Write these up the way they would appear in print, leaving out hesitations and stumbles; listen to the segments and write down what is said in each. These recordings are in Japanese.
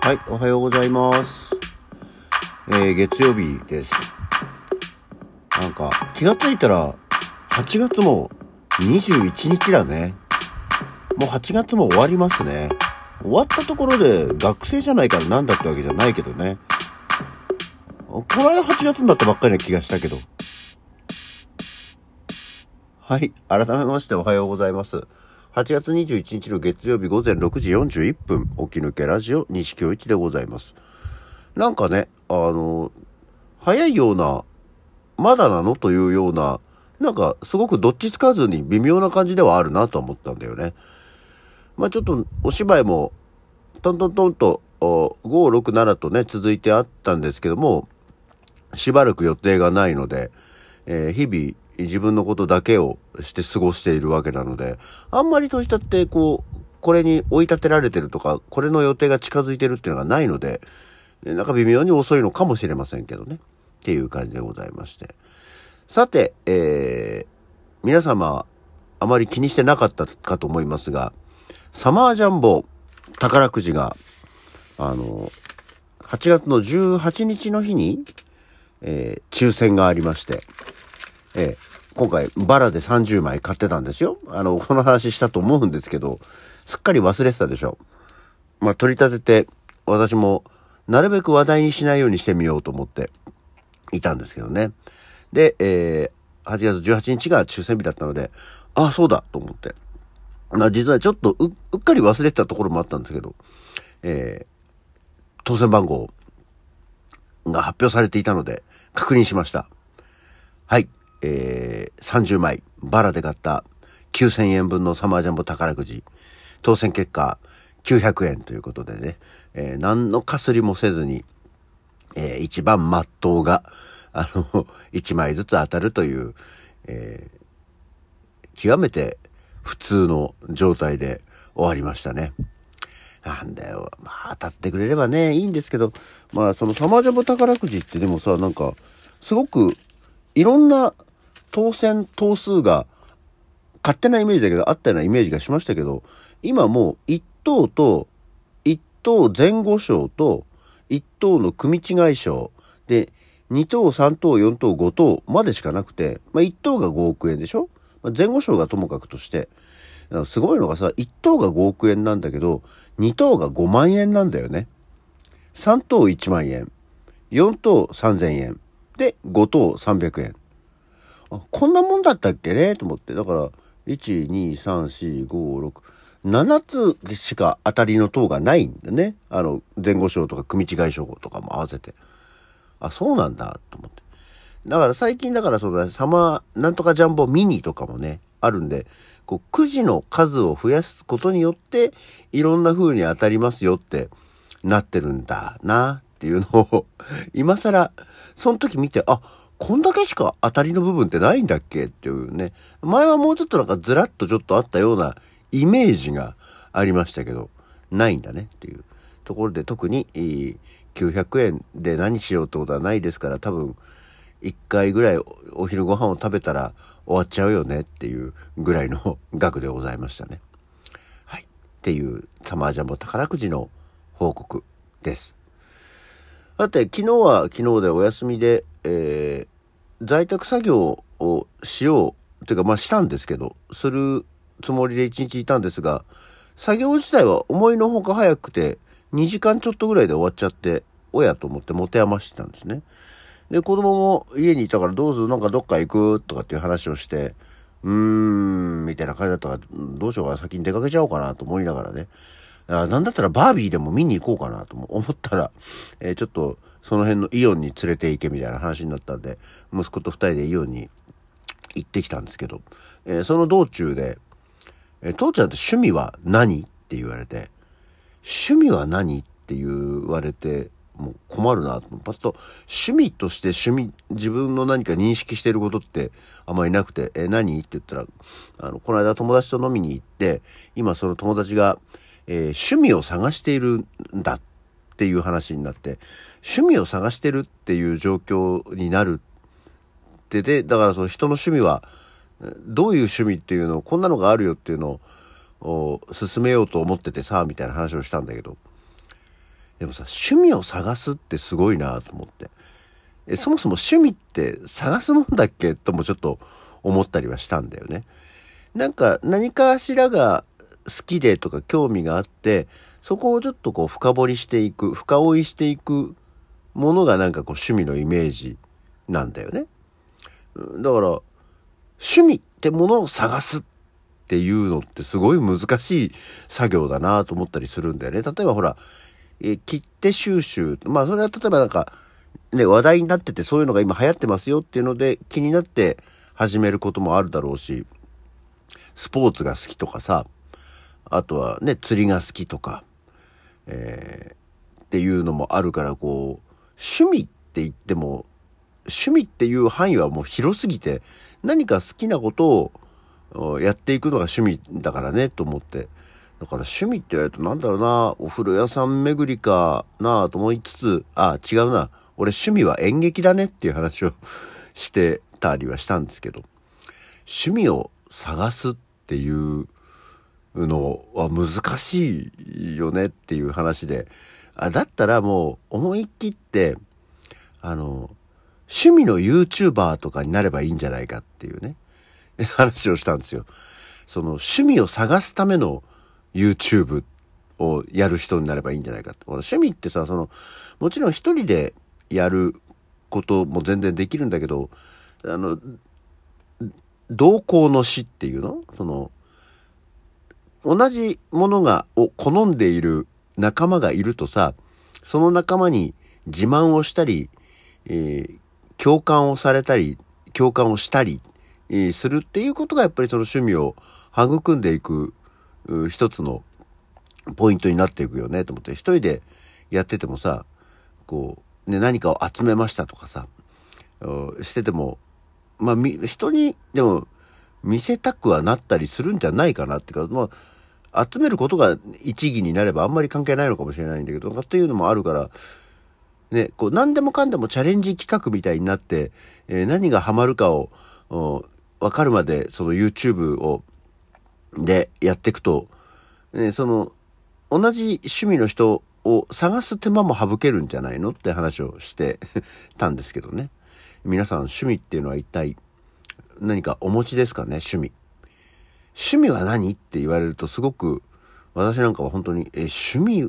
はい、おはようございます。月曜日です。なんか気がついたら8月も21日だね。もう8月も終わりますね。終わったところで学生じゃないからなんだってわけじゃないけどね。この間8月になったばっかりな気がしたけど。はい、改めましておはようございます。8月21日の月曜日午前6時41分、起き抜けラジオ西京一でございます。なんかね、早いような、まだなのというような、なんかすごくどっちつかずに微妙な感じではあるなと思ったんだよね。まあちょっとお芝居もトントントンと5、6、7とね続いてあったんですけども、しばらく予定がないので、日々自分のことだけをして過ごしているわけなので、あんまりとしたってこれに追い立てられてるとか、これの予定が近づいてるっていうのがないので、なんか微妙に遅いのかもしれませんけどね。っていう感じでございまして。さて、皆様、あまり気にしてなかったかと思いますが、サマージャンボ宝くじが、8月の18日の日に、抽選がありまして、今回バラで30枚買ってたんですよ。この話したと思うんですけど、すっかり忘れてたでしょ。まあ、取り立てて、私もなるべく話題にしないようにしてみようと思っていたんですけどね。で、8月18日が抽選日だったので、ああ、そうだと思って。実はちょっとうっかり忘れてたところもあったんですけど、当選番号が発表されていたので、確認しました。はい。30枚、バラで買った9000円分のサマージャンボ宝くじ、当選結果900円ということでね、何のかすりもせずに、一番真っ当が、1枚ずつ当たるという、極めて普通の状態で終わりましたね。なんだよ。まあ当たってくれればね、いいんですけど、まあそのサマージャンボ宝くじってでもさ、なんか、すごくいろんな当選等数が勝手なイメージだけどあったようなイメージがしましたけど、今もう1等と1等前後賞と1等の組違い賞で2等3等4等5等までしかなくて、まあ1等が5億円でしょ、まあ、前後賞がともかくとしてすごいのがさ、1等が5億円なんだけど2等が5万円なんだよね。3等1万円、4等3000円で5等300円。こんなもんだったっけねと思って。だから、1、2、3、4、5、6、7つしか当たりの等がないんだね。前後賞とか組違い賞とかも合わせて。あ、そうなんだ、と思って。だから最近だからそのサマーなんとかジャンボミニとかもね、あるんで、くじの数を増やすことによって、いろんな風に当たりますよってなってるんだな、っていうのを、今更、その時見て、あ、こんだけしか当たりの部分ってないんだっけっていうね。前はもうちょっとなんかずらっとちょっとあったようなイメージがありましたけど、ないんだねっていうところで、特に900円で何しようってことはないですから、多分1回ぐらいお昼ご飯を食べたら終わっちゃうよねっていうぐらいの額でございましたね。はい。っていうサマージャンボ宝くじの報告です。さて、昨日は昨日でお休みで、在宅作業をしようというか、まあしたんですけど、するつもりで一日いたんですが、作業自体は思いのほか早くて2時間ちょっとぐらいで終わっちゃって、おやと思って持て余してたんですね。で、子供も家にいたからどうぞなんかどっか行くとかっていう話をして、みたいな感じだったから、どうしようか先に出かけちゃおうかなと思いながらね。なんだったらバービーでも見に行こうかなと思ったら、ちょっとその辺のイオンに連れて行けみたいな話になったんで、息子と二人でイオンに行ってきたんですけど、その道中で、父ちゃんって趣味は何って言われて、趣味は何って言われて、もう困るなと。パッと趣味として自分の何か認識していることってあんまりなくて、何って言ったら、この間友達と飲みに行って、今その友達が、趣味を探しているんだっていう話になって、趣味を探してるっていう状況になるってで、だからその人の趣味はどういう趣味っていうのを、こんなのがあるよっていうのを進めようと思っててさ、みたいな話をしたんだけど、 でもさ、趣味を探すってすごいなと思って。そもそも趣味って探すもんだっけともちょっと思ったりはしたんだよね。なんか何かしらが好きでとか興味があって、そこをちょっとこう深掘りしていく、深追いしていくものがなんかこう趣味のイメージなんだよね。だから趣味ってものを探すっていうのってすごい難しい作業だなと思ったりするんだよね。例えばほら、切手収集。まあそれは例えばなんか、ね、話題になっててそういうのが今流行ってますよっていうので気になって始めることもあるだろうし、スポーツが好きとかさ、あとはね、釣りが好きとか、っていうのもあるから、こう、趣味って言っても、趣味っていう範囲はもう広すぎて、何か好きなことをやっていくのが趣味だからね、と思って。だから趣味って言われるとなんだろうな、お風呂屋さん巡りかなと思いつつ、違うな。俺趣味は演劇だねっていう話をしてたりはしたんですけど、趣味を探すっていうのは難しいよねっていう話で、だったらもう思い切って、趣味の YouTuber とかになればいいんじゃないかっていうね、話をしたんですよ。その趣味を探すための YouTube をやる人になればいいんじゃないかって。趣味ってさ、もちろん一人でやることも全然できるんだけど、同行の詩っていうの？同じものを好んでいる仲間がいるとさ、その仲間に自慢をしたり、共感をされたり、共感をしたり、するっていうことがやっぱりその趣味を育んでいく一つのポイントになっていくよねと思って、一人でやっててもさ、こう、ね、何かを集めましたとかさ、してても、まあ、人にでも見せたくはなったりするんじゃないかなっていうか、まあ、集めることが一義になればあんまり関係ないのかもしれないんだけど、というのもあるから、ね、こう何でもかんでもチャレンジ企画みたいになって、何がハマるかを分かるまでその YouTube でやっていくと、同じ趣味の人を探す手間も省けるんじゃないのって話をしてたんですけどね。皆さん趣味っていうのは一体何かお持ちですかね？趣味は何って言われるとすごく、私なんかは本当に趣味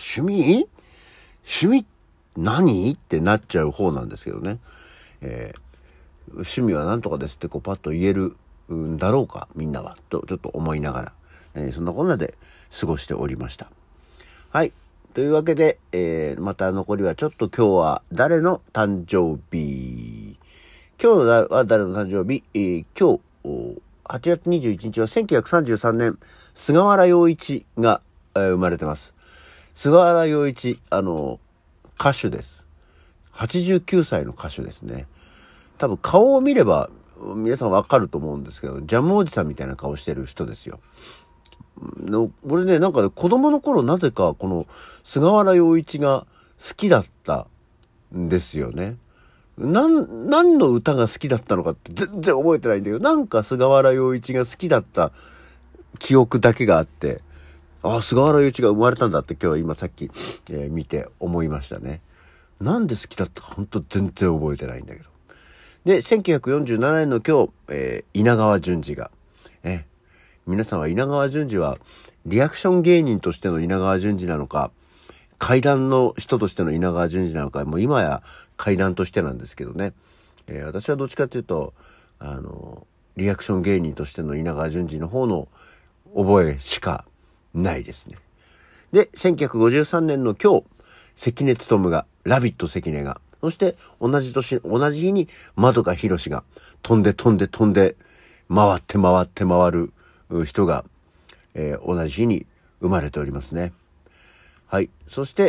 何ってなっちゃう方なんですけどね。趣味は何とかですってこうパッと言えるんだろうかみんなはとちょっと思いながら、そんなこんなで過ごしておりました。はい、というわけで、また残りはちょっと今日は誰の誕生日、今日は誰の誕生日、今日8月21日は1933年菅原洋一が、生まれてます。菅原洋一、歌手です。89歳の歌手ですね。多分顔を見れば皆さんわかると思うんですけど、ジャムおじさんみたいな顔してる人ですよ。俺ね、なんかね、子供の頃なぜかこの菅原洋一が好きだったんですよね。何の歌が好きだったのかって全然覚えてないんだけど、なんか菅原洋一が好きだった記憶だけがあって、菅原洋一が生まれたんだって今日今さっき、見て思いましたね。なんで好きだったか本当全然覚えてないんだけど。で、1947年の今日、稲川淳二が、皆さんは稲川淳二はリアクション芸人としての稲川淳二なのか、怪談の人としての稲川淳二なのか、もう今や怪談としてなんですけどね。私はどっちかというと、リアクション芸人としての稲川淳二の方の覚えしかないですね。で、1953年の今日、関根勤が、ラビット関根が、そして同じ日に窓かひろしが飛んで回って回る人が、同じ日に生まれておりますね。はい。そして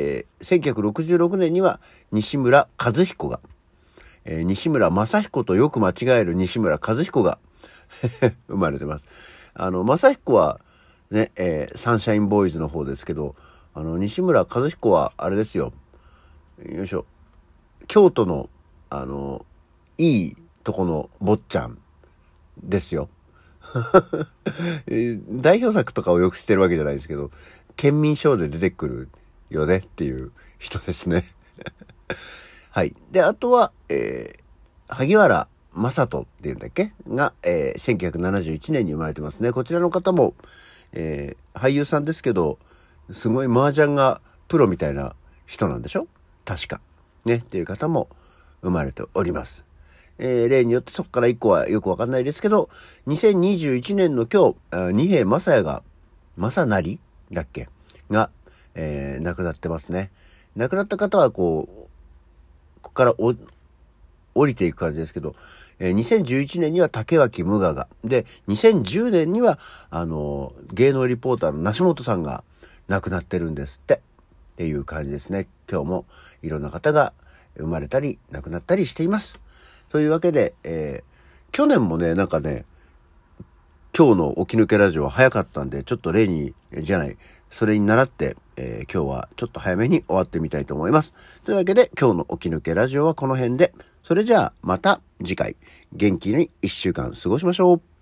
、1966年には西村和彦が、西村正彦とよく間違える西村和彦が生まれてます。正彦はね、サンシャインボーイズの方ですけど、西村和彦はあれですよ。よいしょ。京都のいいとこの坊ちゃんですよ。代表作とかをよく知ってるわけじゃないですけど、県民ショーで出てくるよねっていう人ですね。はい。で、あとは、萩原正人っていうんだっけが、1971年に生まれてますね。こちらの方も、俳優さんですけど、すごい麻雀がプロみたいな人なんでしょ？確か。ね。っていう方も生まれております。例によってそこから以降はよくわかんないですけど、2021年の今日、二瓶正也が、正成だっけが、亡くなってますね。亡くなった方はここから降りていく感じですけど、2011年には竹脇無我が、で、2010年には、芸能リポーターの梨本さんが亡くなってるんですっていう感じですね。今日もいろんな方が生まれたり亡くなったりしています。というわけで、去年もね、なんかね、今日の起き抜けラジオは早かったんで、ちょっとそれに倣って、今日はちょっと早めに終わってみたいと思います。というわけで、今日の起き抜けラジオはこの辺で、それじゃあまた次回、元気に1週間過ごしましょう。